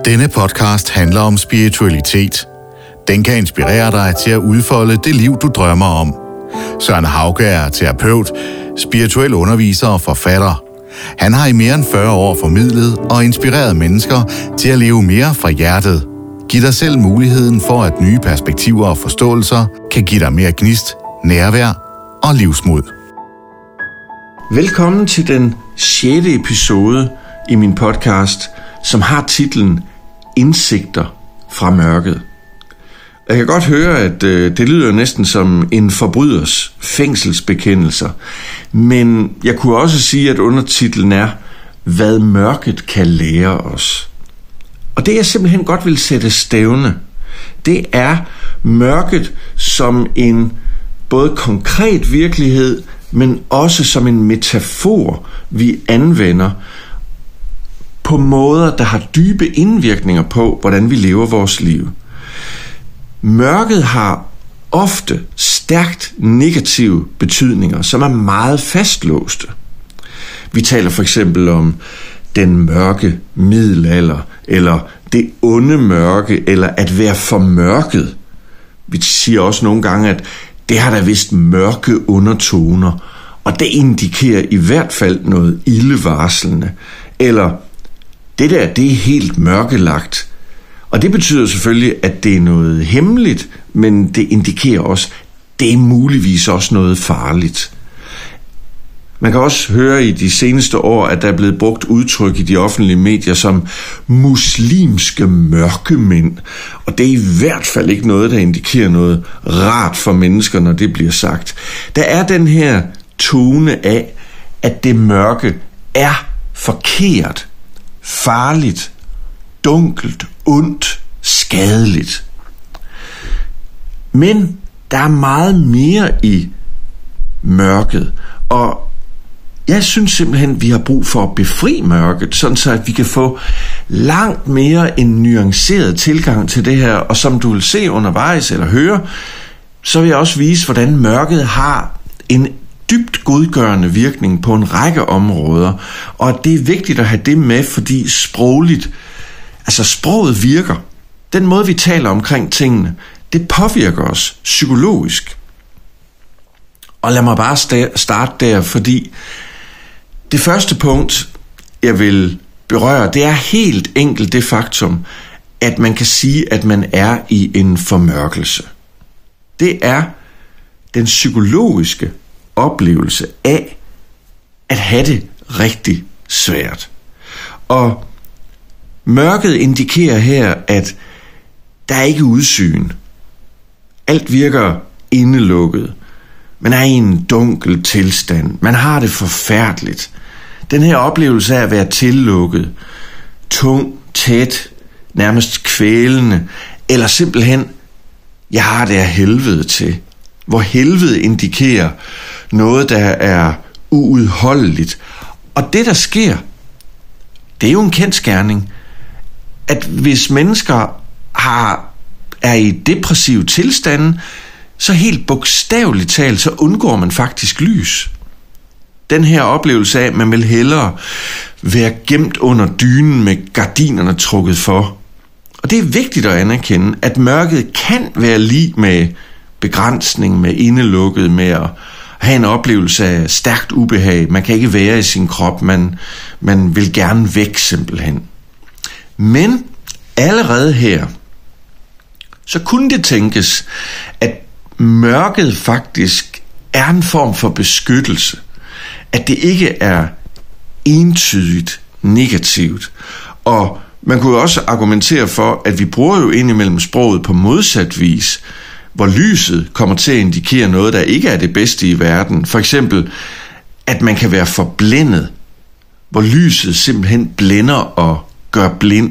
Denne podcast handler om spiritualitet. Den kan inspirere dig til at udfolde det liv, du drømmer om. Søren Hauge er terapeut, spirituel underviser og forfatter. Han har i mere end 40 år formidlet og inspireret mennesker til at leve mere fra hjertet. Giv dig selv muligheden for, at nye perspektiver og forståelser kan give dig mere gnist, nærvær og livsmod. Velkommen til den 6. episode i min podcast, som har titlen Indsigter fra mørket. Jeg kan godt høre, at det lyder næsten som en forbryders fængselsbekendelser, men jeg kunne også sige, at undertitlen er, hvad mørket kan lære os. Og det jeg simpelthen godt vil sætte stævne, det er mørket som en både konkret virkelighed, men også som en metafor, vi anvender på måder, der har dybe indvirkninger på, hvordan vi lever vores liv. Mørket har ofte stærkt negative betydninger, som er meget fastlåste. Vi taler for eksempel om den mørke middelalder, eller det onde mørke, eller at være formørket. Vi siger også nogle gange, at det har da vist mørke undertoner, og det indikerer i hvert fald noget ildevarslende. Eller det der, det er helt mørkelagt. Og det betyder selvfølgelig, at det er noget hemmeligt, men det indikerer også, det er muligvis også noget farligt. Man kan også høre i de seneste år, at der er blevet brugt udtryk i de offentlige medier som muslimske mørkemænd. Og det er i hvert fald ikke noget, der indikerer noget rart for mennesker, når det bliver sagt. Der er den her tone af, at det mørke er forkert, farligt, dunkelt, ondt, skadeligt. Men der er meget mere i mørket, og jeg synes simpelthen, at vi har brug for at befri mørket, sådan så at vi kan få langt mere en nuanceret tilgang til det her. Og som du vil se undervejs eller høre, så vil jeg også vise, hvordan mørket har en dybt godgørende virkning på en række områder. Og det er vigtigt at have det med, fordi sproget virker. Den måde, vi taler omkring tingene, det påvirker os psykologisk. Og lad mig bare starte der, fordi det første punkt, jeg vil berøre, det er helt enkelt det faktum, at man kan sige, at man er i en formørkelse. Det er den psykologiske oplevelse af at have det rigtig svært. Og mørket indikerer her, at der ikke er udsyn. Alt virker indelukket. Man er i en dunkel tilstand. Man har det forfærdeligt. Den her oplevelse af at være tillukket, tung, tæt, nærmest kvælende, eller simpelthen, jeg har det af helvede til. Hvor helvede indikerer noget, der er uudholdeligt. Og det, der sker, det er jo en kendsgerning, at hvis mennesker er i depressive tilstande, så helt bogstaveligt talt, så undgår man faktisk lys. Den her oplevelse af, at man vil hellere være gemt under dynen med gardinerne trukket for. Og det er vigtigt at anerkende, at mørket kan være lig med begrænsning, med indelukket, med at have en oplevelse af stærkt ubehag. Man kan ikke være i sin krop, man vil gerne væk simpelthen. Men allerede her, så kunne det tænkes, at mørket faktisk er en form for beskyttelse. At det ikke er entydigt negativt. Og man kunne jo også argumentere for, at vi bruger jo indimellem sproget på modsat vis, hvor lyset kommer til at indikere noget, der ikke er det bedste i verden. For eksempel, at man kan være forblændet, hvor lyset simpelthen blænder og gør blind.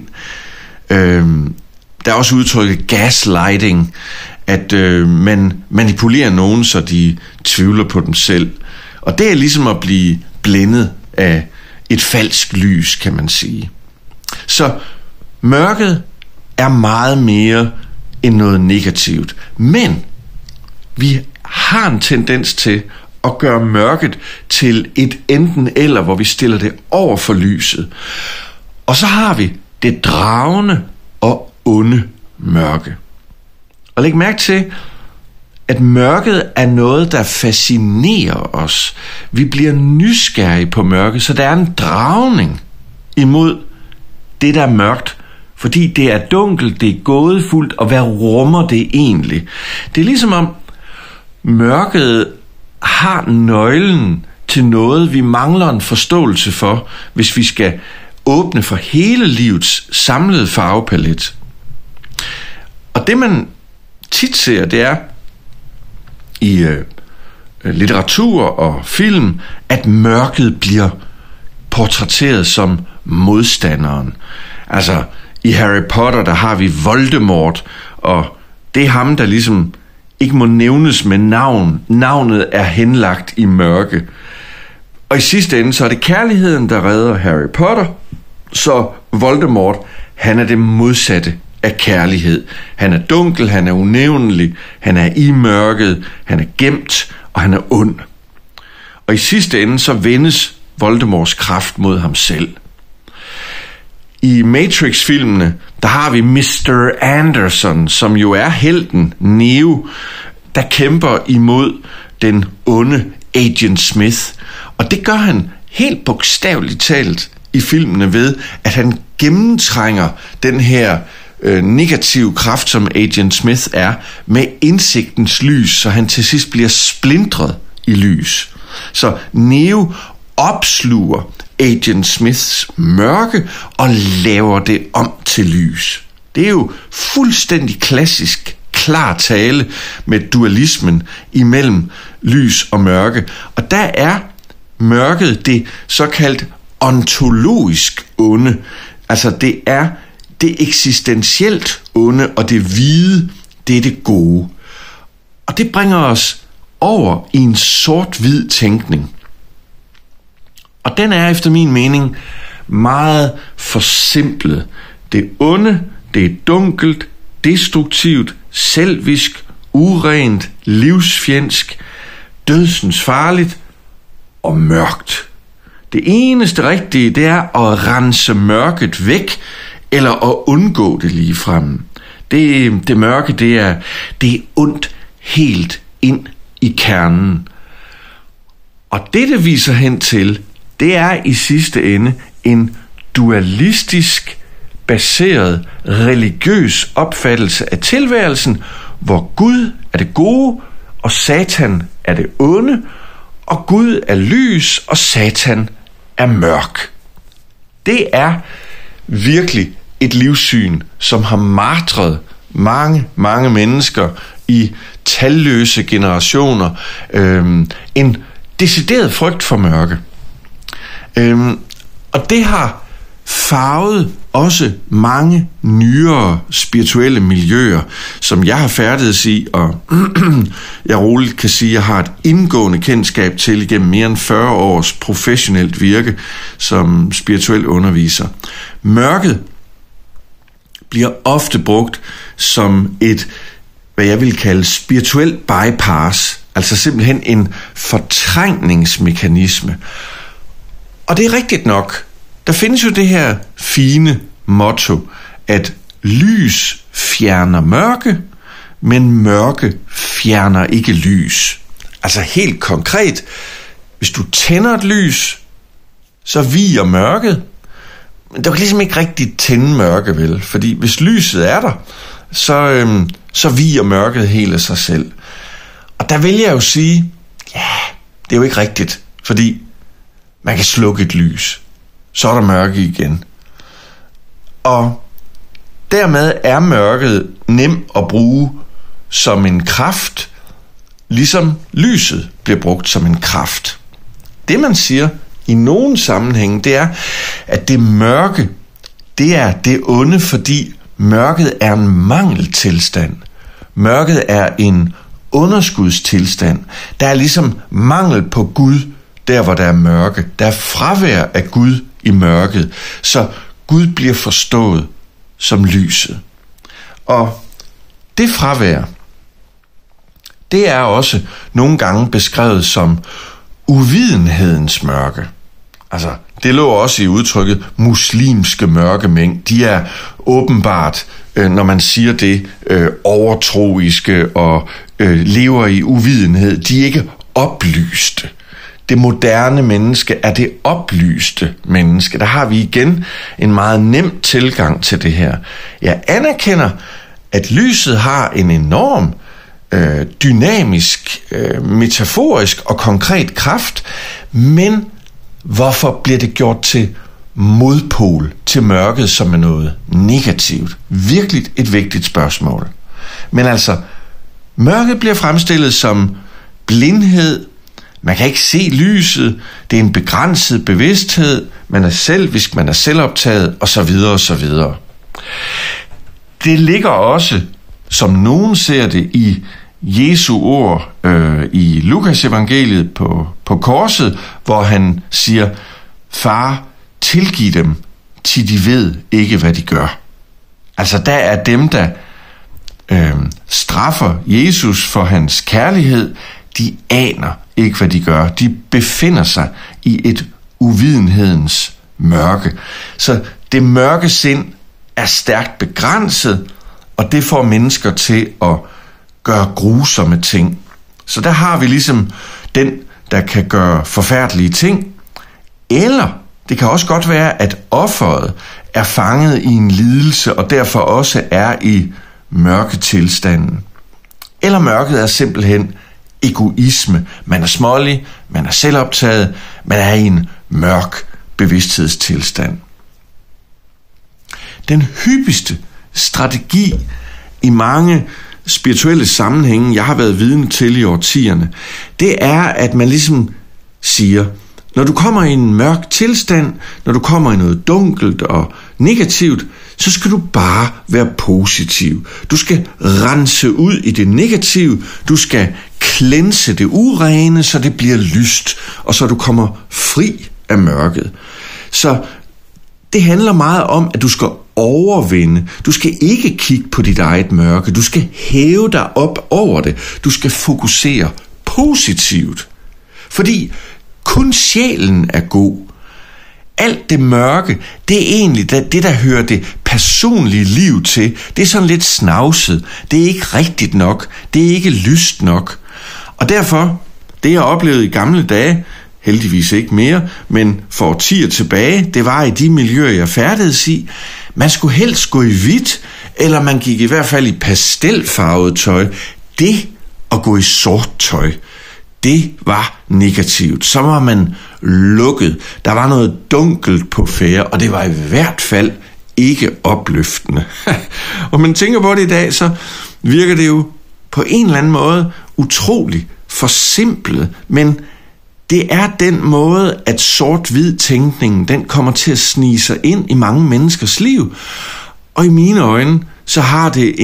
Der er også udtrykket gaslighting, at man manipulerer nogen, så de tvivler på dem selv. Og det er ligesom at blive blændet af et falsk lys, kan man sige. Så mørket er meget mere end noget negativt. Men vi har en tendens til at gøre mørket til et enten eller, hvor vi stiller det over for lyset. Og så har vi det dragende og onde mørke. Og læg mærke til, at mørket er noget, der fascinerer os. Vi bliver nysgerrige på mørket, så der er en dragning imod det, der er mørkt, fordi det er dunkelt, det er gådefuldt, og hvad rummer det egentlig? Det er ligesom om mørket har nøglen til noget, vi mangler en forståelse for, hvis vi skal åbne for hele livets samlede farvepalet. Og det man tit ser, det er i litteratur og film, at mørket bliver portrætteret som modstanderen. Altså i Harry Potter, der har vi Voldemort, og det er ham, der ligesom ikke må nævnes med navn. Navnet er henlagt i mørke. Og i sidste ende, så er det kærligheden, der redder Harry Potter, så Voldemort, han er det modsatte af kærlighed. Han er dunkel, han er unævnelig, han er i mørket, han er gemt, og han er ond. Og i sidste ende, så vendes Voldemorts kraft mod ham selv. I Matrix-filmene, der har vi Mr. Anderson, som jo er helten, Neo, der kæmper imod den onde Agent Smith. Og det gør han helt bogstaveligt talt i filmene ved, at han gennemtrænger den her negativ kraft, som Agent Smith er, med indsigtens lys, så han til sidst bliver splintret i lys. Så Neo opsluger Agent Smiths mørke og laver det om til lys. Det er jo fuldstændig klassisk, klar tale med dualismen imellem lys og mørke. Og der er mørket det såkaldt ontologisk onde. Altså det er det eksistentielt onde, og det hvide, det er det gode. Og det bringer os over i en sort-hvid tænkning. Og den er efter min mening meget forsimplet. Det onde, det er dunkelt, destruktivt, selvisk, urent, livsfjendsk, dødsens farligt og mørkt. Det eneste rigtige, det er at rense mørket væk, eller at undgå det ligefrem. Det mørke, det er ondt helt ind i kernen. Og det viser hen til, det er i sidste ende en dualistisk baseret religiøs opfattelse af tilværelsen, hvor Gud er det gode, og Satan er det onde, og Gud er lys, og Satan er mørk. Det er virkelig et livssyn, som har martret mange, mange mennesker i talløse generationer. En decideret frygt for mørke. Og det har farvet også mange nyere spirituelle miljøer, som jeg har færdedes i, og jeg roligt kan sige, at jeg har et indgående kendskab til igennem mere end 40 års professionelt virke som spirituel underviser. Mørket bliver ofte brugt som et, hvad jeg vil kalde spirituel bypass, altså simpelthen en fortrængningsmekanisme. Og det er rigtigt nok. Der findes jo det her fine motto, at lys fjerner mørke, men mørke fjerner ikke lys. Altså helt konkret, hvis du tænder et lys, så viger mørket. Men der kan ligesom ikke rigtig tænde mørke, vel? Fordi hvis lyset er der, så viger mørket helt af sig selv. Og der vil jeg jo sige, ja, det er jo ikke rigtigt, fordi man kan slukke et lys, så er der mørke igen. Og dermed er mørket nem at bruge som en kraft, ligesom lyset bliver brugt som en kraft. Det man siger i nogle sammenhænge, det er, at det mørke, det er det onde, fordi mørket er en mangeltilstand. Mørket er en underskudstilstand. Der er ligesom mangel på Gud, der hvor der er mørke. Der er fravær af Gud i mørket, så Gud bliver forstået som lyset. Og det fravær, det er også nogle gange beskrevet som uvidenhedens mørke. Altså, det lå også i udtrykket muslimske mørkemænd. De er åbenbart, når man siger det, overtroiske og lever i uvidenhed. De er ikke oplyste. Det moderne menneske er det oplyste menneske. Der har vi igen en meget nem tilgang til det her. Jeg anerkender, at lyset har en enorm dynamisk, metaforisk og konkret kraft, men hvorfor bliver det gjort til modpol til mørket, som er noget negativt? Virkelig et vigtigt spørgsmål. Men altså, mørket bliver fremstillet som blindhed. Man kan ikke se lyset. Det er en begrænset bevidsthed. Man er selvisk, man er selvoptaget, osv. osv. Det ligger også, som nogen ser det, i Jesu ord i Lukas evangeliet på korset, hvor han siger, far, tilgiv dem, til de ved ikke, hvad de gør. Altså der er dem, der straffer Jesus for hans kærlighed, de aner ikke, hvad de gør. De befinder sig i et uvidenhedens mørke. Så det mørke sind er stærkt begrænset, og det får mennesker til at gøre grusomme ting. Så der har vi ligesom den, der kan gøre forfærdelige ting. Eller det kan også godt være, at offeret er fanget i en lidelse, og derfor også er i mørketilstanden. Eller mørket er simpelthen egoisme. Man er smålig, man er selvoptaget, man er i en mørk bevidsthedstilstand. Den hyppigste strategi i mange spirituelle sammenhænge, jeg har været vidne til i årtierne, det er, at man ligesom siger, når du kommer i en mørk tilstand, når du kommer i noget dunkelt og negativt, så skal du bare være positiv. Du skal rense ud i det negative, du skal klænse det urene, så det bliver lyst, og så du kommer fri af mørket. Så det handler meget om, at du skal overvinde. Du skal ikke kigge på dit eget mørke. Du skal hæve dig op over det. Du skal fokusere positivt. Fordi kun sjælen er god. Alt det mørke, det er egentlig det, der hører det personlige liv til. Det er sådan lidt snavset. Det er ikke rigtigt nok. Det er ikke lyst nok. Og derfor, det jeg oplevede i gamle dage, heldigvis ikke mere, men for årtier tilbage, det var i de miljøer, jeg færdedes i, man skulle helst gå i hvidt, eller man gik i hvert fald i pastelfarvet tøj. Det at gå i sort tøj, det var negativt. Så var man lukket. Der var noget dunkelt på færde, og det var i hvert fald ikke opløftende. Og man tænker på det i dag, så virker det jo på en eller anden måde utrolig forsimplet, men det er den måde, at sort-hvid tænkningen, den kommer til at snige sig ind i mange menneskers liv. Og i mine øjne, så har det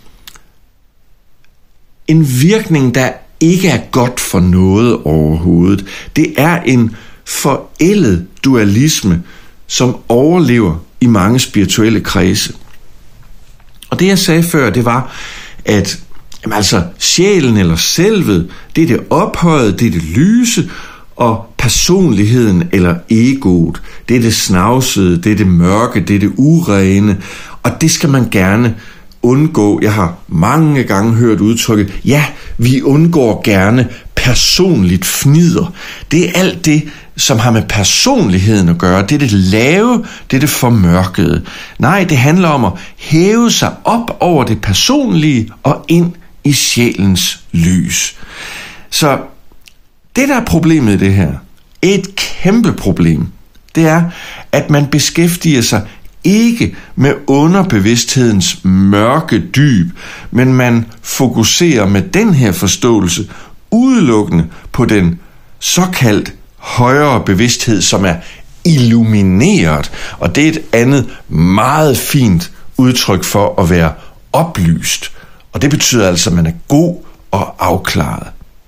en virkning, der ikke er godt for noget overhovedet. Det er en forældet dualisme, som overlever i mange spirituelle kredse. Og det jeg sagde før, det var, at sjælen eller selvet, det er det ophøjede, det er det lyse, og personligheden eller egoet, det er det snavsede, det er det mørke, det er det urene, og det skal man gerne undgå. Jeg har mange gange hørt udtrykket, ja, vi undgår gerne personligt fnider. Det er alt det, som har med personligheden at gøre. Det er det lave, det er det formørkede. Nej, det handler om at hæve sig op over det personlige og ind i sjælens lys. Så det, der er problemet i det her, et kæmpe problem, det er, at man beskæftiger sig ikke med underbevidsthedens mørke dyb, men man fokuserer med den her forståelse udelukkende på den såkaldt højere bevidsthed, som er illumineret, og det er et andet meget fint udtryk for at være oplyst, og det betyder altså, at man er god og afklaret.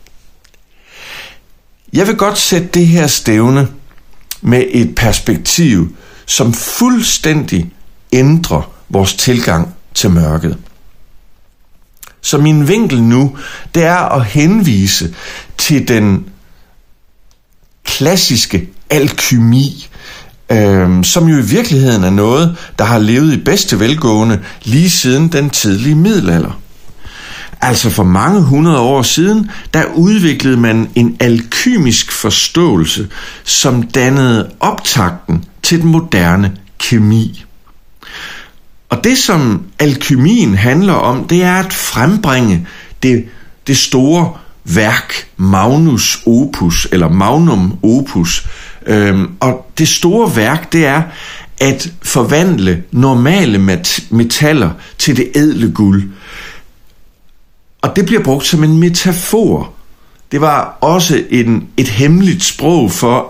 Jeg vil godt sætte det her stævne med et perspektiv, som fuldstændig ændrer vores tilgang til mørket. Så min vinkel nu, det er at henvise til den klassiske alkymi, som jo i virkeligheden er noget, der har levet i bedste velgående lige siden den tidlige middelalder. Altså for mange hundrede år siden, der udviklede man en alkymisk forståelse, som dannede optakten til den moderne kemi. Og det, som alkymien handler om, det er at frembringe det store værk, magnus opus, eller magnum opus. Og det store værk, det er at forvandle normale metaller til det ædle guld. Og det bliver brugt som en metafor. Det var også et hemmeligt sprog for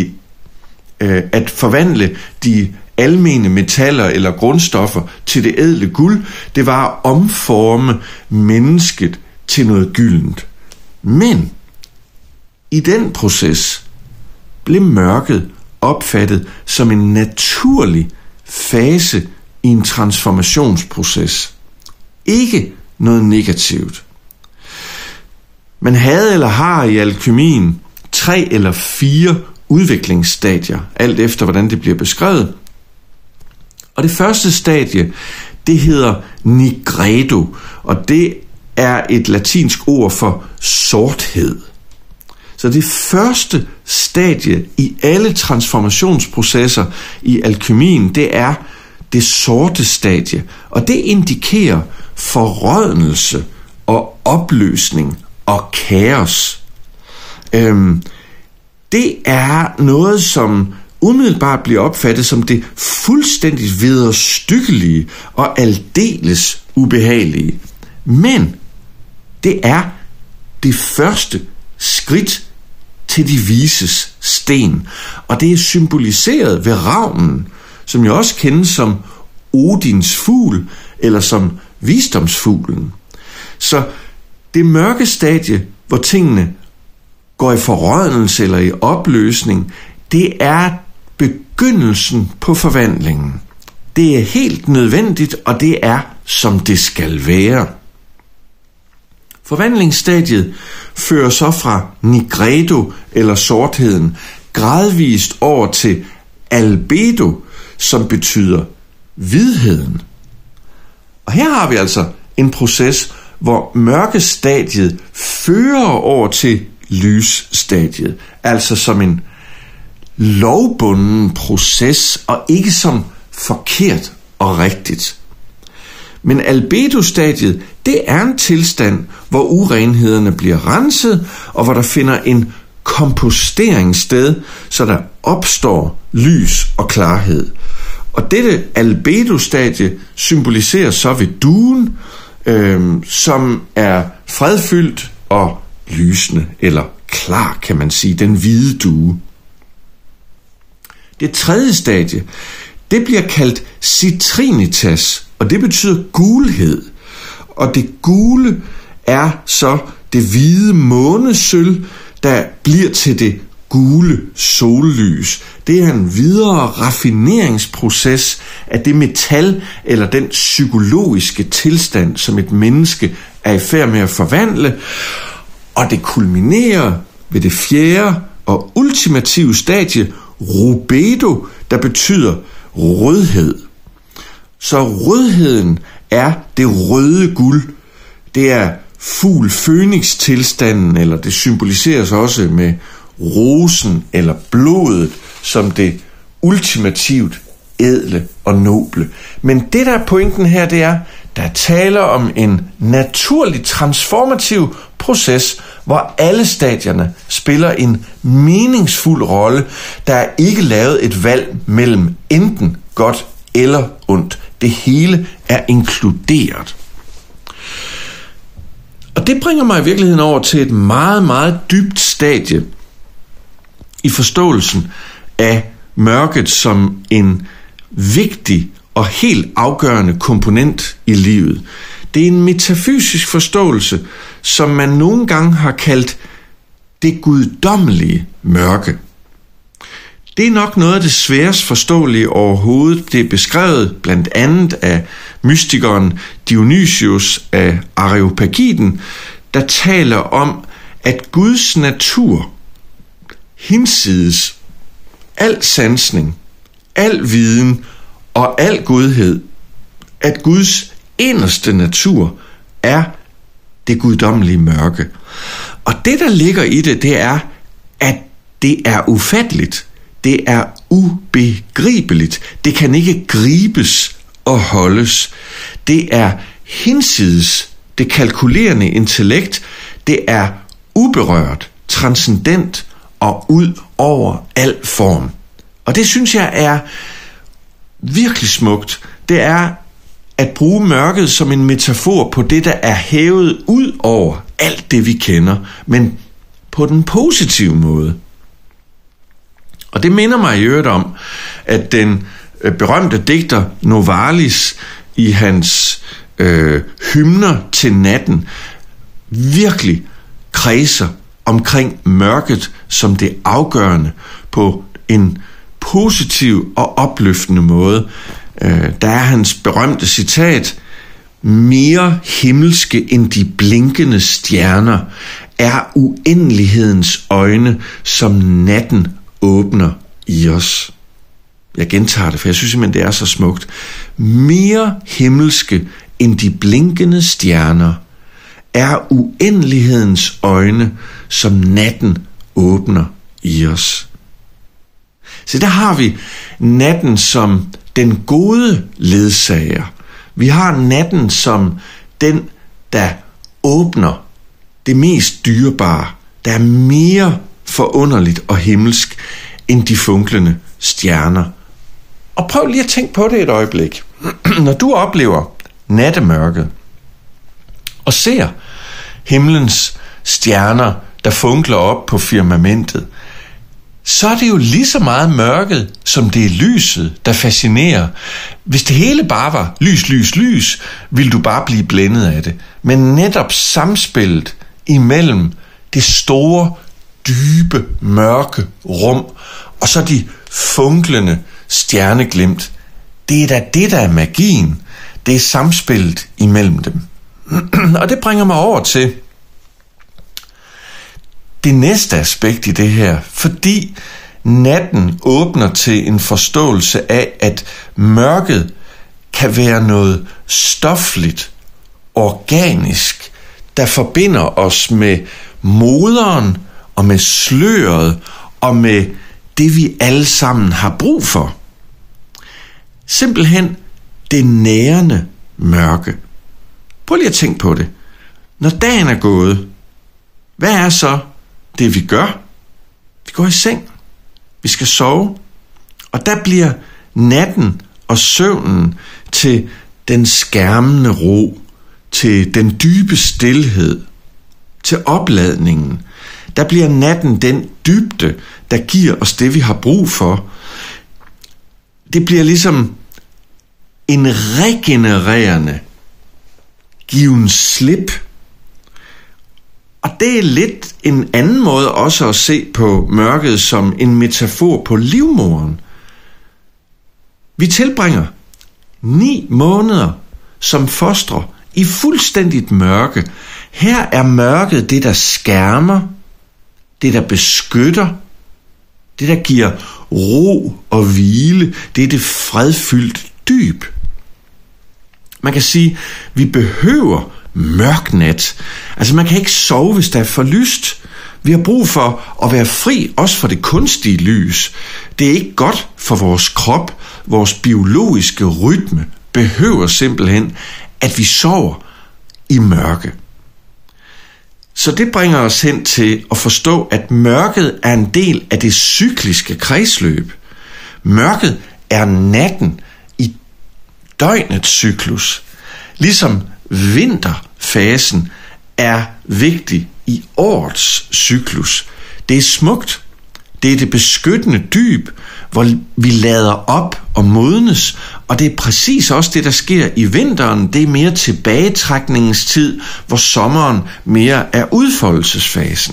at forvandle de almene metaller eller grundstoffer til det ædle guld. Det var at omforme mennesket til noget gyldent. Men i den proces blev mørket opfattet som en naturlig fase i en transformationsproces. Ikke noget negativt. Man havde eller har i alkymien 3 eller 4 udviklingsstadier, alt efter hvordan det bliver beskrevet. Og det første stadie, det hedder nigredo, og det er et latinsk ord for sorthed. Så det første stadie i alle transformationsprocesser i alkymien, det er det sorte stadie, og det indikerer forrådnelse og opløsning og kaos. Det er noget, som umiddelbart bliver opfattet som det fuldstændig vederstyggelige og aldeles ubehagelige. Men det er det første skridt til de vises sten, og det er symboliseret ved ravnen, som jo også kendes som Odins fugl, eller som visdomsfuglen. Så det mørke stadie, hvor tingene går i forrådnelse eller i opløsning, det er begyndelsen på forvandlingen. Det er helt nødvendigt, og det er, som det skal være. Forvandlingsstadiet fører så fra nigredo, eller sortheden, gradvist over til albedo, som betyder hvidheden. Og her har vi altså en proces, hvor mørkestadiet fører over til lysstadiet, altså som en lovbunden proces, og ikke som forkert og rigtigt. Men albedo-stadiet, det er en tilstand, hvor urenhederne bliver renset, og hvor der finder en kompostering sted, så der opstår lys og klarhed. Og dette albedo-stadie symboliseres så ved duen, som er fredfyldt og lysende, eller klar, kan man sige, den hvide due. Det tredje stadie, det bliver kaldt citrinitas, og det betyder gulhed. Og det gule er så det hvide månesølv, der bliver til det gule sollys. Det er en videre raffineringsproces af det metal eller den psykologiske tilstand, som et menneske er i færd med at forvandle. Og det kulminerer ved det fjerde og ultimative stadie, rubedo, der betyder rødhed. Så rødheden er det røde guld. Det er fugl Fønix tilstanden, eller det symboliseres også med rosen eller blodet som det ultimativt ædle og noble. Men det der er pointen her, det er, der taler om en naturlig transformativ proces, hvor alle stadierne spiller en meningsfuld rolle. Der er ikke lavet et valg mellem enten godt eller ondt. Det hele er inkluderet. Og det bringer mig i virkeligheden over til et meget, meget dybt stadie i forståelsen af mørket som en vigtig og helt afgørende komponent i livet. Det er en metafysisk forståelse, som man nogle gange har kaldt det guddommelige mørke. Det er nok noget af det sværest forståelige overhovedet. Det er beskrevet blandt andet af mystikeren Dionysius af Areopagiten, der taler om, at Guds natur hinsides al sansning, al viden og al godhed, at Guds inderste natur er det guddommelige mørke. Og det, der ligger i det, det er, at det er ufatteligt. Det er ubegribeligt. Det kan ikke gribes og holdes. Det er hinsides det kalkulerende intellekt. Det er uberørt, transcendent og ud over al form. Og det synes jeg er virkelig smukt. Det er at bruge mørket som en metafor på det, der er hævet ud over alt det, vi kender, men på den positive måde. Og det minder mig i øvrigt om, at den berømte digter Novalis i hans hymner til natten virkelig kredser omkring mørket som det afgørende på en positiv og opløftende måde. Der er hans berømte citat: mere himmelske end de blinkende stjerner er uendelighedens øjne, som natten åbner i os. Jeg gentager det, for jeg synes simpelthen, det er så smukt. Mere himmelske end de blinkende stjerner er uendelighedens øjne, som natten åbner i os. Så der har vi natten som den gode ledsager. Vi har natten som den, der åbner det mest dyrebare, der er mere forunderligt og himmelsk end de funklende stjerner. Og prøv lige at tænke på det et øjeblik. Når du oplever nattemørket og ser himlens stjerner, der funkler op på firmamentet, så er det jo lige så meget mørket, som det er lyset, der fascinerer. Hvis det hele bare var lys, ville du bare blive blændet af det. Men netop samspillet imellem det store, dybe, mørke rum, og så de funklende stjerneglimt, det er da det, der er magien. Det er samspillet imellem dem. Og det bringer mig over til det næste aspekt i det her, fordi natten åbner til en forståelse af, at mørket kan være noget stofligt, organisk, der forbinder os med moderen og med sløret og med det, vi alle sammen har brug for. Simpelthen det nærende mørke. Prøv lige at tænke på det. Når dagen er gået, hvad er så det, vi gør? Vi går i seng. Vi skal sove. Og der bliver natten og søvnen til den skærmende ro, til den dybe stilhed, til opladningen. Der bliver natten den dybde, der giver os det, vi har brug for. Det bliver ligesom en regenererende given slip. Og det er lidt en anden måde også at se på mørket som en metafor på livmoderen. Vi tilbringer 9 måneder som fostre i fuldstændigt mørke. Her er mørket det, der skærmer, det, der beskytter, det, der giver ro og hvile, det er det fredfyldt dyb. Man kan sige, at vi behøver mørk nat. Altså man kan ikke sove, hvis der er for lyst. Vi har brug for at være fri, også for det kunstige lys. Det er ikke godt for vores krop. Vores biologiske rytme behøver simpelthen, at vi sover i mørke. Så det bringer os hen til at forstå, at mørket er en del af det cykliske kredsløb. Mørket er natten i døgnets cyklus. Ligesom vinterfasen er vigtig i årets cyklus. Det er smukt. Det er det beskyttende dyb, hvor vi lader op og modnes, og det er præcis også det, der sker i vinteren. Det er mere tilbagetrækningens tid, hvor sommeren mere er udfoldelsesfasen.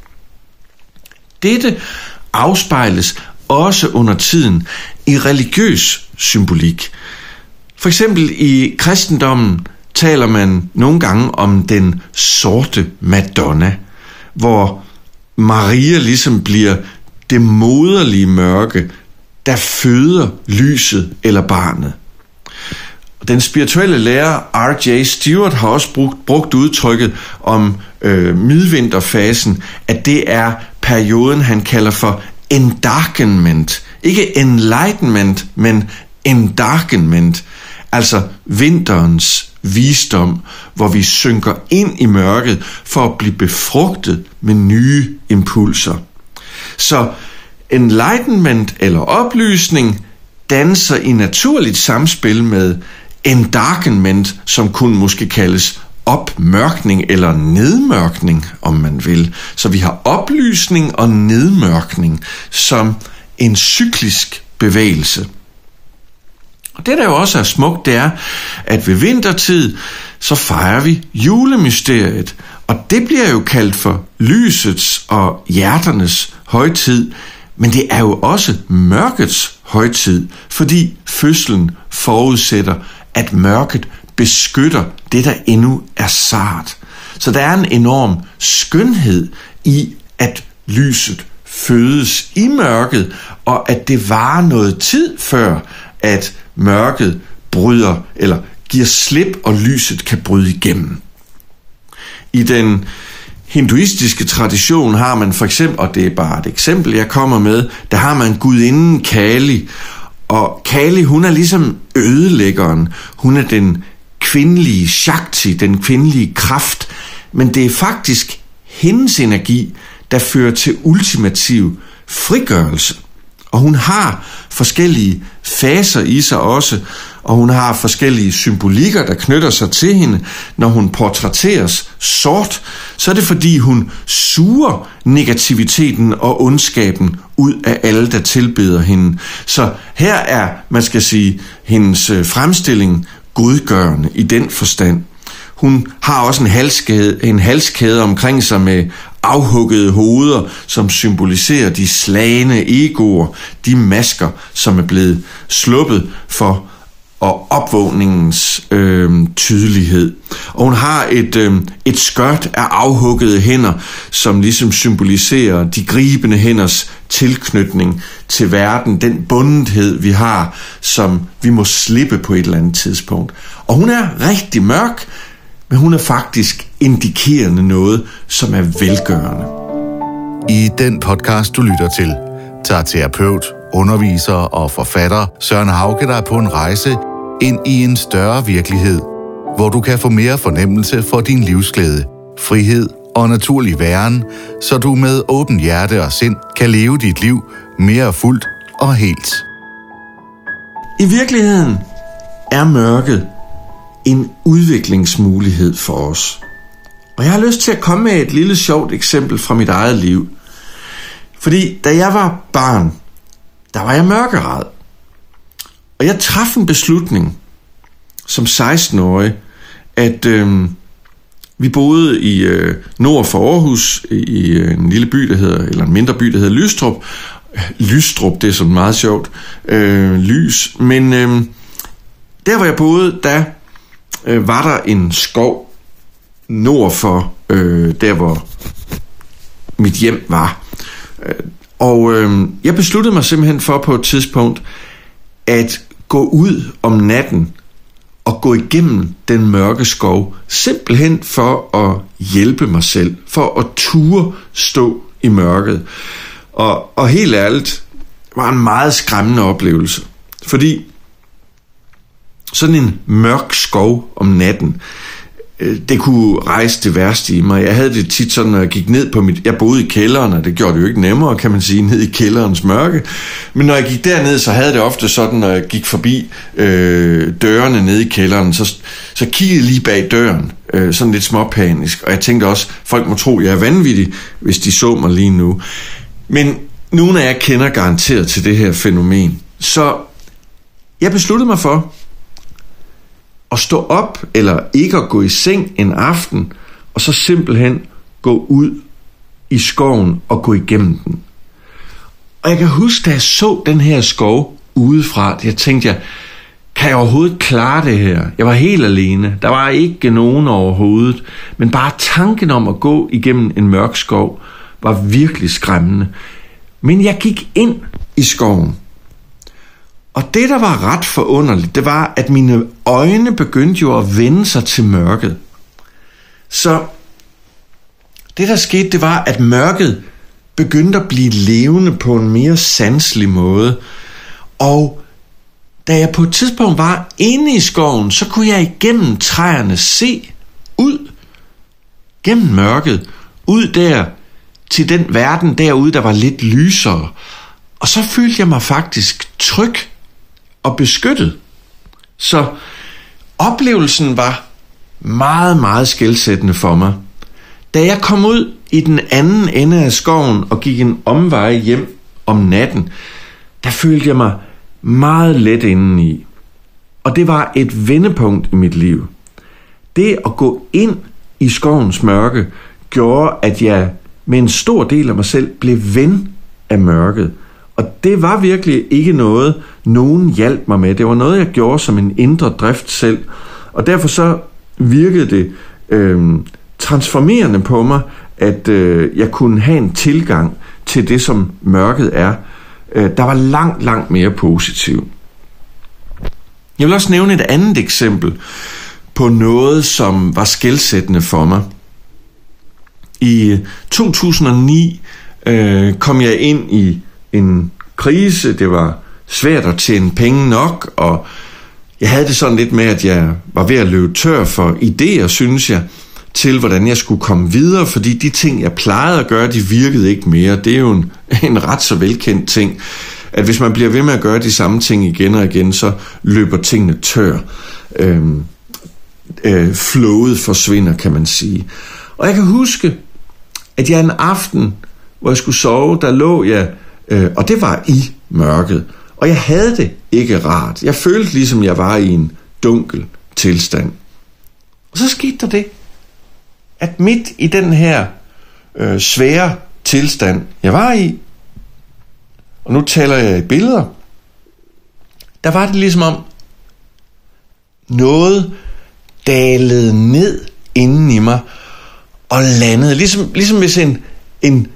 Dette afspejles også under tiden i religiøs symbolik. For eksempel i kristendommen taler man nogle gange om den sorte Madonna, hvor Maria ligesom bliver det moderlige mørke, der føder lyset eller barnet. Den spirituelle lærer R.J. Stewart har også brugt udtrykket om midvinterfasen, at det er perioden, han kalder for endarkenment. Ikke enlightenment, men endarkenment. Altså vinterens visdom, hvor vi synker ind i mørket for at blive befrugtet med nye impulser. Så enlightenment eller oplysning danser i naturligt samspil med endarkenment, som kunne måske kaldes opmørkning eller nedmørkning, om man vil. Så vi har oplysning og nedmørkning som en cyklisk bevægelse. Og det, der jo også er smukt, det er, at ved vintertid, så fejrer vi julemysteriet. Og det bliver jo kaldt for lysets og hjerternes højtid, men det er jo også mørkets højtid, fordi fødslen forudsætter, at mørket beskytter det, der endnu er sart. Så der er en enorm skønhed i, at lyset fødes i mørket, og at det varer noget tid før, at mørket bryder eller giver slip, og lyset kan bryde igennem. I den hinduistiske tradition har man for eksempel, og det er bare et eksempel, jeg kommer med, der har man gudinden Kali, og Kali, hun er ligesom ødelæggeren. Hun er den kvindelige Shakti, den kvindelige kraft, men det er faktisk hendes energi, der fører til ultimativ frigørelse. Og hun har forskellige faser i sig også, og hun har forskellige symbolikker, der knytter sig til hende. Når hun portrætteres sort, så er det fordi hun suger negativiteten og ondskaben ud af alle, der tilbeder hende. Så her er, man skal sige, hendes fremstilling godgørende i den forstand. Hun har også en halskæde omkring sig med afhuggede hoveder, som symboliserer de slagne egoer, de masker, som er blevet sluppet for og opvågningens tydelighed. Og hun har et skørt af afhuggede hænder, som ligesom symboliserer de gribende hænders tilknytning til verden, den bundethed, vi har, som vi må slippe på et eller andet tidspunkt. Og hun er rigtig mørk, men hun er faktisk indikerende noget, som er velgørende. I den podcast, du lytter til, tager terapeut, underviser og forfatter Søren Hauge dig på en rejse ind i en større virkelighed, hvor du kan få mere fornemmelse for din livsglæde, frihed og naturlig væren, så du med åben hjerte og sind kan leve dit liv mere fuldt og helt. I virkeligheden er mørket en udviklingsmulighed for os. Og jeg har lyst til at komme med et lille sjovt eksempel fra mit eget liv. Fordi da jeg var barn, der var jeg mørkeret. Og jeg traf en beslutning som 16-årig, at vi boede i nord for Aarhus, i en lille by, eller en mindre by, der hedder Lystrup. Lystrup, det er så meget sjovt. Lys. Men der, hvor jeg boede, der var der en skov nord for der, hvor mit hjem var. Og jeg besluttede mig simpelthen for på et tidspunkt at gå ud om natten og gå igennem den mørke skov, simpelthen for at hjælpe mig selv, for at ture stå i mørket. Og helt ærligt, var en meget skræmmende oplevelse, fordi sådan en mørk skov om natten, det kunne rejse det værste i mig. Jeg havde det tit sådan, når jeg gik ned på jeg boede i kælderen, og det gjorde det jo ikke nemmere, kan man sige, ned i kælderens mørke. Men når jeg gik derned, så havde det ofte sådan, når jeg gik forbi dørene nede i kælderen, så kiggede jeg lige bag døren, sådan lidt småpanisk. Og jeg tænkte også, folk må tro, jeg er vanvittig, hvis de så mig lige nu. Men nogle af jer kender garanteret til det her fænomen. Så jeg besluttede mig for at stå op, eller ikke at gå i seng en aften, og så simpelthen gå ud i skoven og gå igennem den. Og jeg kan huske, da jeg så den her skov udefra, jeg tænkte, kan jeg overhovedet klare det her? Jeg var helt alene. Der var ikke nogen overhovedet. Men bare tanken om at gå igennem en mørk skov var virkelig skræmmende. Men jeg gik ind i skoven. Og det, der var ret forunderligt, det var, at mine øjne begyndte jo at vende sig til mørket. Så det, der skete, det var, at mørket begyndte at blive levende på en mere sanselig måde. Og da jeg på et tidspunkt var inde i skoven, så kunne jeg igennem træerne se ud, gennem mørket, ud der til den verden derude, der var lidt lysere. Og så følte jeg mig faktisk tryg og beskyttet. Så oplevelsen var meget, meget skelsættende for mig. Da jeg kom ud i den anden ende af skoven og gik en omvej hjem om natten, der følte jeg mig meget let indeni. Og det var et vendepunkt i mit liv. Det at gå ind i skovens mørke gjorde, at jeg med en stor del af mig selv blev ven af mørket. Og det var virkelig ikke noget, nogen hjalp mig med. Det var noget, jeg gjorde som en indre drift selv. Og derfor så virkede det transformerende på mig, at jeg kunne have en tilgang til det, som mørket er. Der var langt, langt mere positiv. Jeg vil også nævne et andet eksempel på noget, som var skelsættende for mig. I 2009 kom jeg ind i en krise. Det var svært at tjene penge nok, og jeg havde det sådan lidt med, at jeg var ved at løbe tør for idéer, synes jeg, til hvordan jeg skulle komme videre, fordi de ting, jeg plejede at gøre, de virkede ikke mere. Det er jo en ret så velkendt ting, at hvis man bliver ved med at gøre de samme ting igen og igen, så løber tingene tør. Flowet forsvinder, kan man sige. Og jeg kan huske, at jeg en aften, hvor jeg skulle sove, der lå jeg, og det var i mørket, og jeg havde det ikke rart. Jeg følte ligesom, jeg var i en dunkel tilstand. Og så skete der det, at midt i den her svære tilstand, jeg var i, og nu taler jeg i billeder, der var det ligesom om noget dalede ned inden i mig og landede, ligesom hvis en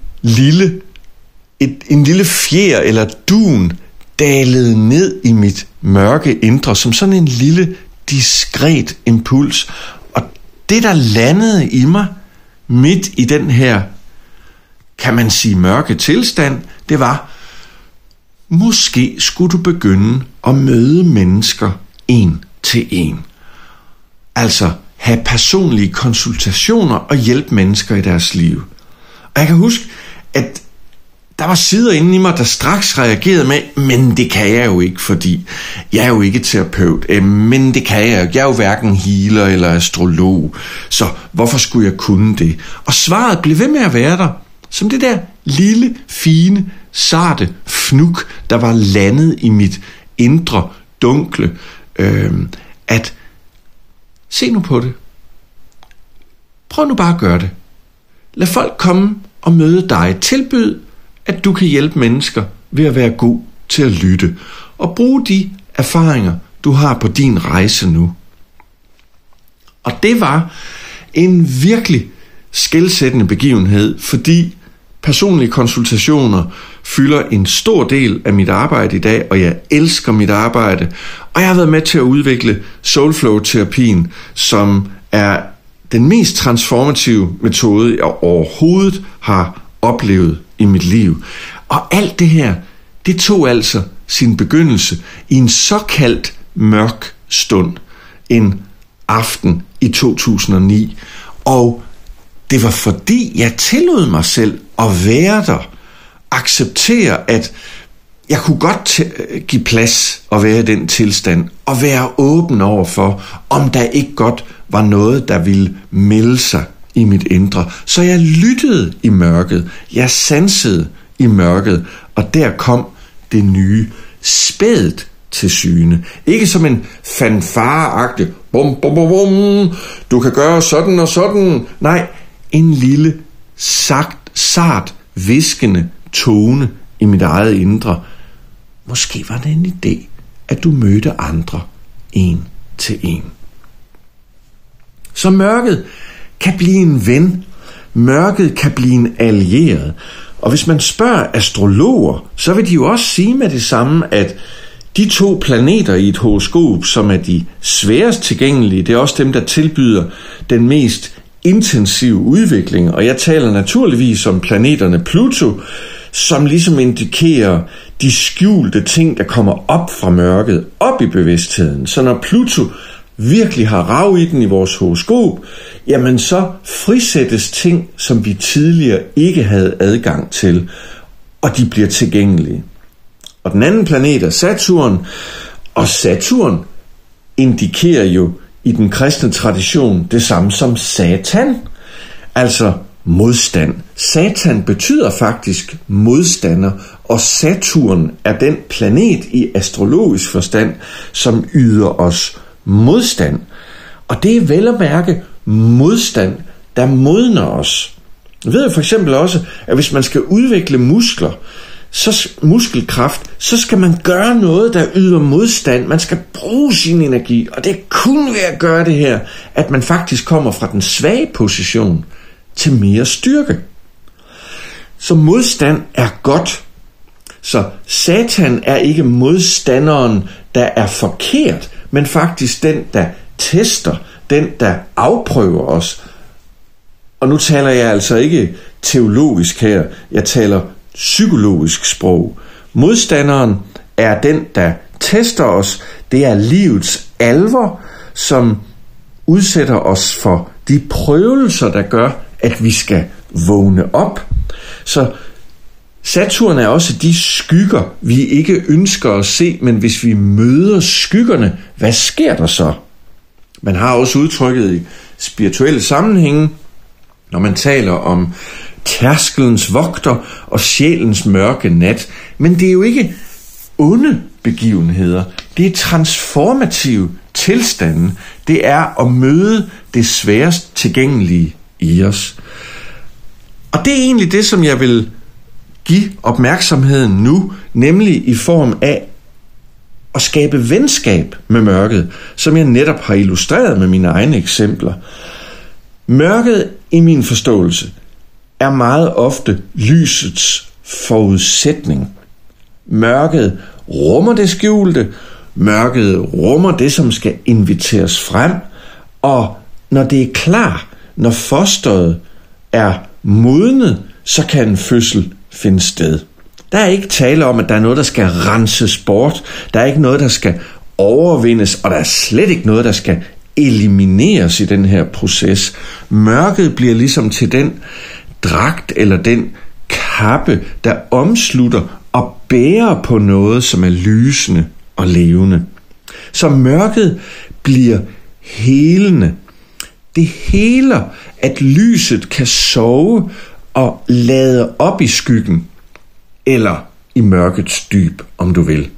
lille fjer eller dun dalede ned i mit mørke indre, som sådan en lille diskret impuls. Og det, der landede i mig midt i den her, kan man sige, mørke tilstand, det var, måske skulle du begynde at møde mennesker en til en. Altså have personlige konsultationer og hjælpe mennesker i deres liv. Og jeg kan huske, at der var sider inde i mig, der straks reagerede med, men det kan jeg jo ikke, fordi jeg er jo ikke terapeut, men det kan jeg jo. Jeg er jo hverken healer eller astrolog, så hvorfor skulle jeg kunne det? Og svaret blev ved med at være der, som det der lille, fine, sarte fnuk, der var landet i mit indre dunkle, at se nu på det. Prøv nu bare at gøre det. Lad folk komme og møde dig. Tilbyd, at du kan hjælpe mennesker ved at være god til at lytte. Og bruge de erfaringer, du har på din rejse nu. Og det var en virkelig skelsættende begivenhed, fordi personlige konsultationer fylder en stor del af mit arbejde i dag, og jeg elsker mit arbejde. Og jeg har været med til at udvikle Soulflow-terapien, som er den mest transformative metode, jeg overhovedet har oplevet i mit liv. Og alt det her, det tog altså sin begyndelse i en såkaldt mørk stund, en aften i 2009. Og det var fordi, jeg tillod mig selv at være der, acceptere, at jeg kunne godt give plads og være i den tilstand, og være åben over for, om der ikke godt var noget, der ville melde sig i mit indre. Så jeg lyttede i mørket, jeg sansede i mørket, og der kom det nye, spædet til syne. Ikke som en fanfare-agtig, bum, bum, bum, bum, du kan gøre sådan og sådan. Nej, en lille, sart, viskende tone i mit eget indre. Måske var det en idé, at du mødte andre en til en. Så mørket kan blive en ven. Mørket kan blive en allieret. Og hvis man spørger astrologer, så vil de jo også sige med det samme, at de 2 planeter i et horoskop, som er de sværest tilgængelige, det er også dem, der tilbyder den mest intensive udvikling. Og jeg taler naturligvis om planeterne Pluto, som ligesom indikerer de skjulte ting, der kommer op fra mørket, op i bevidstheden. Så når Pluto virkelig har rav i den i vores horoskop, jamen så frisættes ting, som vi tidligere ikke havde adgang til, og de bliver tilgængelige. Og den anden planet er Saturn, og Saturn indikerer jo i den kristne tradition det samme som Satan, altså modstand. Satan betyder faktisk modstander, og Saturn er den planet i astrologisk forstand, som yder os modstand. Og det er vel at mærke modstand, der modner os. Jeg ved for eksempel også, at hvis man skal udvikle muskelkraft, så skal man gøre noget, der yder modstand. Man skal bruge sin energi, og det er kun ved at gøre det her, at man faktisk kommer fra den svage position til mere styrke. Så modstand er godt. Så Satan er ikke modstanderen, der er forkert, men faktisk den, der tester, den, der afprøver os. Og nu taler jeg altså ikke teologisk her, jeg taler psykologisk sprog. Modstanderen er den, der tester os. Det er livets alvor, som udsætter os for de prøvelser, der gør, at vi skal vågne op. Så Saturn er også de skygger, vi ikke ønsker at se, men hvis vi møder skyggerne, hvad sker der så? Man har også udtrykket i spirituelle sammenhænge, når man taler om tærskelens vogter og sjælens mørke nat. Men det er jo ikke onde begivenheder. Det er transformative tilstande. Det er at møde det sværest tilgængelige i os. Og det er egentlig det, som jeg vil give opmærksomheden nu, nemlig i form af at skabe venskab med mørket, som jeg netop har illustreret med mine egne eksempler. Mørket, i min forståelse, er meget ofte lysets forudsætning. Mørket rummer det skjulte, mørket rummer det, som skal inviteres frem, og når det er klar, når fosteret er modnet, så kan en fødsel finde sted. Der er ikke tale om, at der er noget, der skal renses bort. Der er ikke noget, der skal overvindes, og der er slet ikke noget, der skal elimineres i den her proces. Mørket bliver ligesom til den dragt eller den kappe, der omslutter og bærer på noget, som er lysende og levende. Så mørket bliver helende. Det heler, at lyset kan sove og lade op i skyggen, eller i mørkets dyb, om du vil.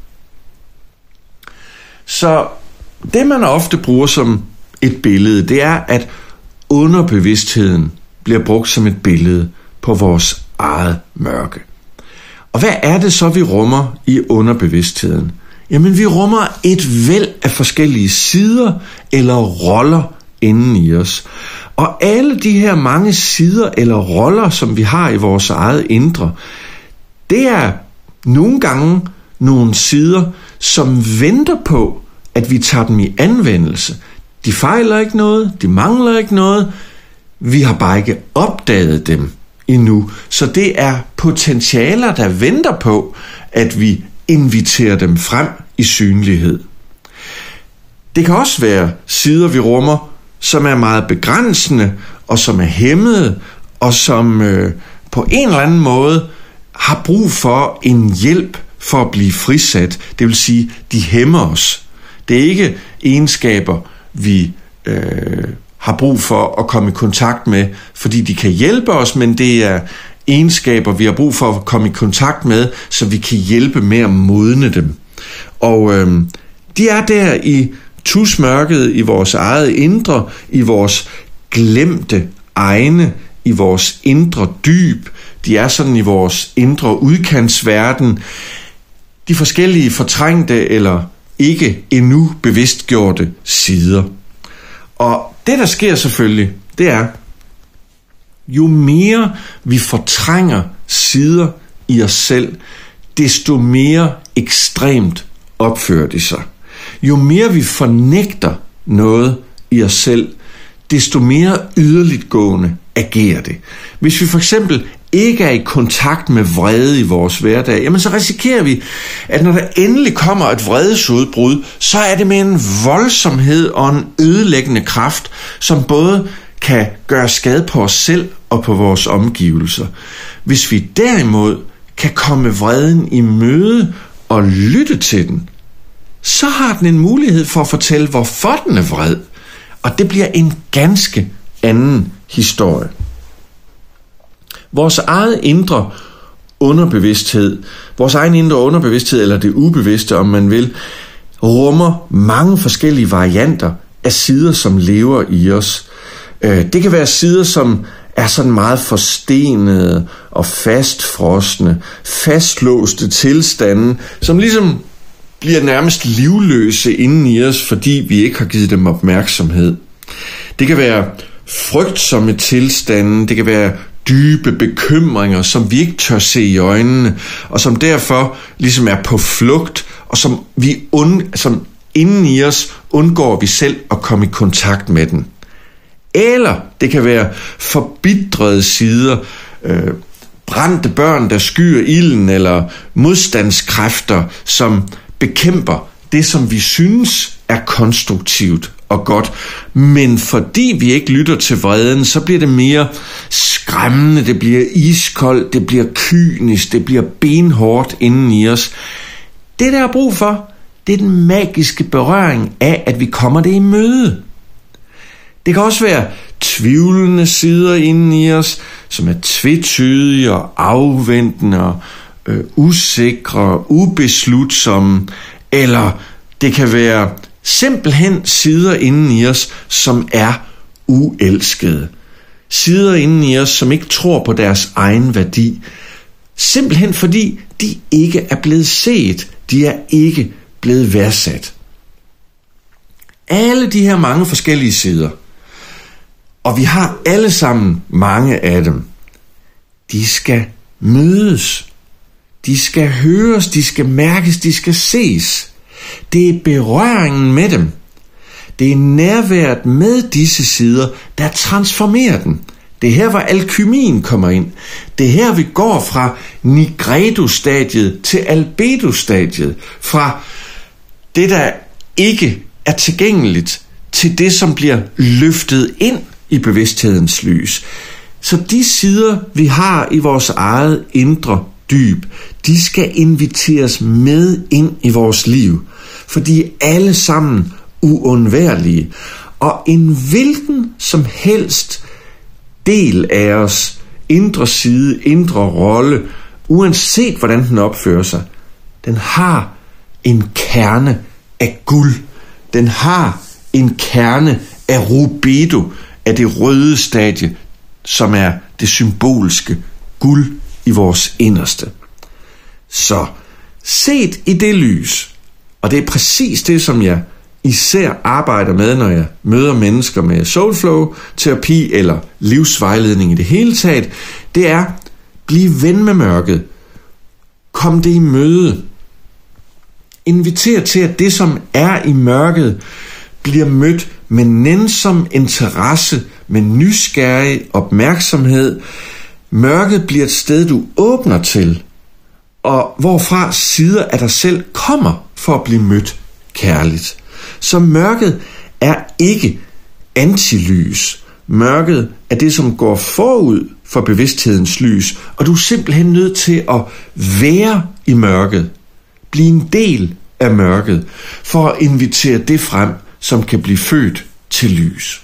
Så det, man ofte bruger som et billede, det er, at underbevidstheden bliver brugt som et billede på vores eget mørke. Og hvad er det så, vi rummer i underbevidstheden? Jamen, vi rummer et væld af forskellige sider eller roller inden i os. Og alle de her mange sider eller roller, som vi har i vores eget indre, det er nogle gange nogle sider, som venter på, at vi tager dem i anvendelse. De fejler ikke noget, de mangler ikke noget, vi har bare ikke opdaget dem endnu. Så det er potentialer, der venter på, at vi inviterer dem frem i synlighed. Det kan også være sider, vi rummer, som er meget begrænsende, og som er hæmmede, og som på en eller anden måde har brug for en hjælp for at blive frisat. Det vil sige, de hæmmer os. Det er ikke egenskaber, vi har brug for at komme i kontakt med, fordi de kan hjælpe os, men det er egenskaber, vi har brug for at komme i kontakt med, så vi kan hjælpe med at modne dem. Og de er der i tusmørket, i vores eget indre, i vores glemte egne, i vores indre dyb. De er sådan i vores indre udkantsverden. De forskellige fortrængte eller ikke endnu bevidstgjorte sider. Og det, der sker selvfølgelig, det er, jo mere vi fortrænger sider i os selv, desto mere ekstremt opfører de sig. Jo mere vi fornægter noget i os selv, desto mere yderligtgående agerer det. Hvis vi for eksempel ikke er i kontakt med vrede i vores hverdag, jamen så risikerer vi, at når der endelig kommer et vredesudbrud, så er det med en voldsomhed og en ødelæggende kraft, som både kan gøre skade på os selv og på vores omgivelser. Hvis vi derimod kan komme vreden i møde og lytte til den, så har den en mulighed for at fortælle, hvorfor den er vred. Og det bliver en ganske anden historie. Vores egen indre underbevidsthed, eller det ubevidste, om man vil, rummer mange forskellige varianter af sider, som lever i os. Det kan være sider, som er sådan meget forstenede og fastfrosne, fastlåste tilstande, som ligesom bliver nærmest livløse inden i os, fordi vi ikke har givet dem opmærksomhed. Det kan være frygtsomme tilstande, det kan være dybe bekymringer, som vi ikke tør se i øjnene, og som derfor ligesom er på flugt, og som inden i os undgår vi selv at komme i kontakt med den. Eller det kan være forbitrede sider, brændte børn, der skyer ilden, eller modstandskræfter, som bekæmper det, som vi synes er konstruktivt og godt. Men fordi vi ikke lytter til vreden, så bliver det mere skræmmende, det bliver iskoldt, det bliver kynisk, det bliver benhårdt inden i os. Det, der er brug for, det er den magiske berøring af, at vi kommer det i møde. Det kan også være tvivlende sider inden i os, som er tvetydige og afventende og usikre, ubeslutsomme, eller det kan være simpelthen sider inden i os, som er uelskede. Sider inden i os, som ikke tror på deres egen værdi. Simpelthen fordi de ikke er blevet set. De er ikke blevet værdsat. Alle de her mange forskellige sider, og vi har alle sammen mange af dem, de skal mødes. De skal høres, de skal mærkes, de skal ses. Det er berøringen med dem. Det er nærværet med disse sider, der transformerer den. Det er her, hvor alkymien kommer ind. Det er her, vi går fra nigredo-stadiet til albedo-stadiet. Fra det, der ikke er tilgængeligt, til det, som bliver løftet ind i bevidsthedens lys. Så de sider, vi har i vores eget indre dyb, de skal inviteres med ind i vores liv, for de er alle sammen uundværlige. Og en hvilken som helst del af os, indre side, indre rolle, uanset hvordan den opfører sig, den har en kerne af guld. Den har en kerne af rubedo, af det røde stadie, som er det symbolske guld i vores inderste. Så set i det lys, og det er præcis det, som jeg især arbejder med, når jeg møder mennesker med soulflow, terapi eller livsvejledning i det hele taget, det er, bliv ven med mørket. Kom det i møde. Inviter til, at det, som er i mørket, bliver mødt med nænsom interesse, med nysgerrig opmærksomhed. Mørket bliver et sted, du åbner til, og hvorfra sider af dig selv kommer for at blive mødt kærligt. Så mørket er ikke antilys. Mørket er det, som går forud for bevidsthedens lys, og du er simpelthen nødt til at være i mørket, blive en del af mørket, for at invitere det frem, som kan blive født til lys.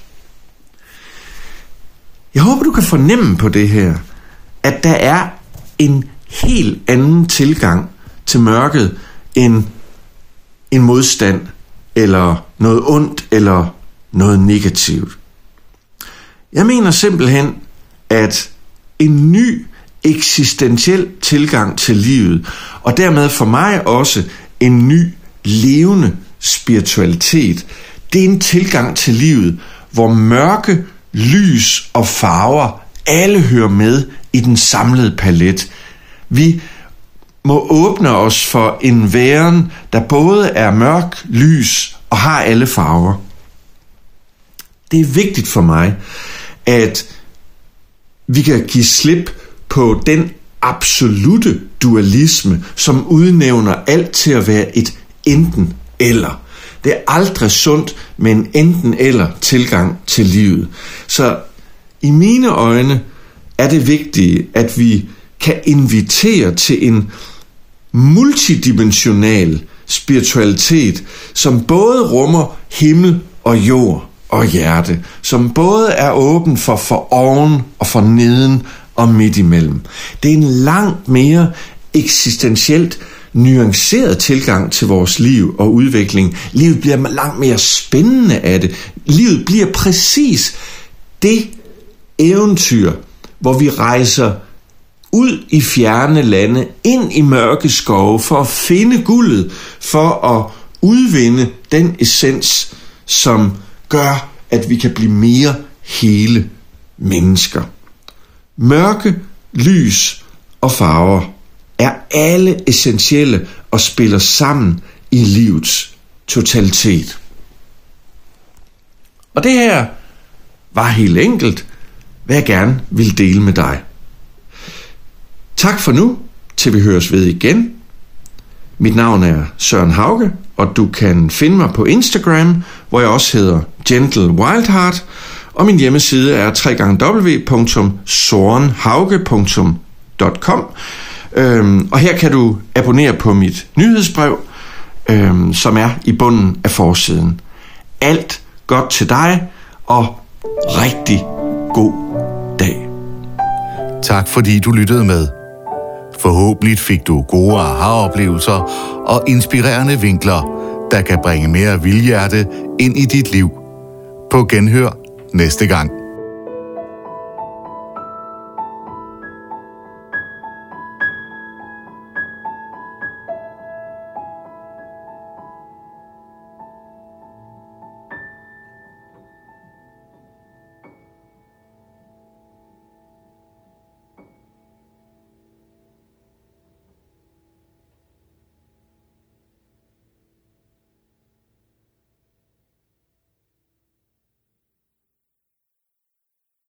Jeg håber, du kan fornemme på det her, at der er en helt anden tilgang til mørket end en modstand, eller noget ondt, eller noget negativt. Jeg mener simpelthen, at en ny eksistentiel tilgang til livet, og dermed for mig også en ny levende spiritualitet, det er en tilgang til livet, hvor mørke, lys og farver alle hører med i den samlede palet. Vi må åbne os for en væren, der både er mørk, lys og har alle farver. Det er vigtigt for mig, at vi kan give slip på den absolute dualisme, som udnævner alt til at være et enten eller. Det er aldrig sundt med en enten eller tilgang til livet. Så i mine øjne er det vigtigt, at vi kan invitere til en multidimensional spiritualitet, som både rummer himmel og jord og hjerte, som både er åben for oven og for neden og midt imellem. Det er en langt mere eksistentielt nuanceret tilgang til vores liv og udvikling. Livet bliver langt mere spændende af det. Livet bliver præcis det eventyr, hvor vi rejser ud i fjerne lande, ind i mørke skove, for at finde guldet, for at udvinde den essens, som gør, at vi kan blive mere hele mennesker. Mørke, lys og farver er alle essentielle og spiller sammen i livets totalitet. Og det her var helt enkelt, hvad jeg gerne vil dele med dig. Tak for nu, til vi høres ved igen. Mit navn er Søren Hauge, og du kan finde mig på Instagram, hvor jeg også hedder Gentle Wildheart, og min hjemmeside er www.sorenhauge.com. Og her kan du abonnere på mit nyhedsbrev, som er i bunden af forsiden. Alt godt til dig, og rigtig god dag. Tak fordi du lyttede med. Forhåbentlig fik du gode aha-oplevelser og inspirerende vinkler, der kan bringe mere vildhjerte ind i dit liv. På genhør næste gang.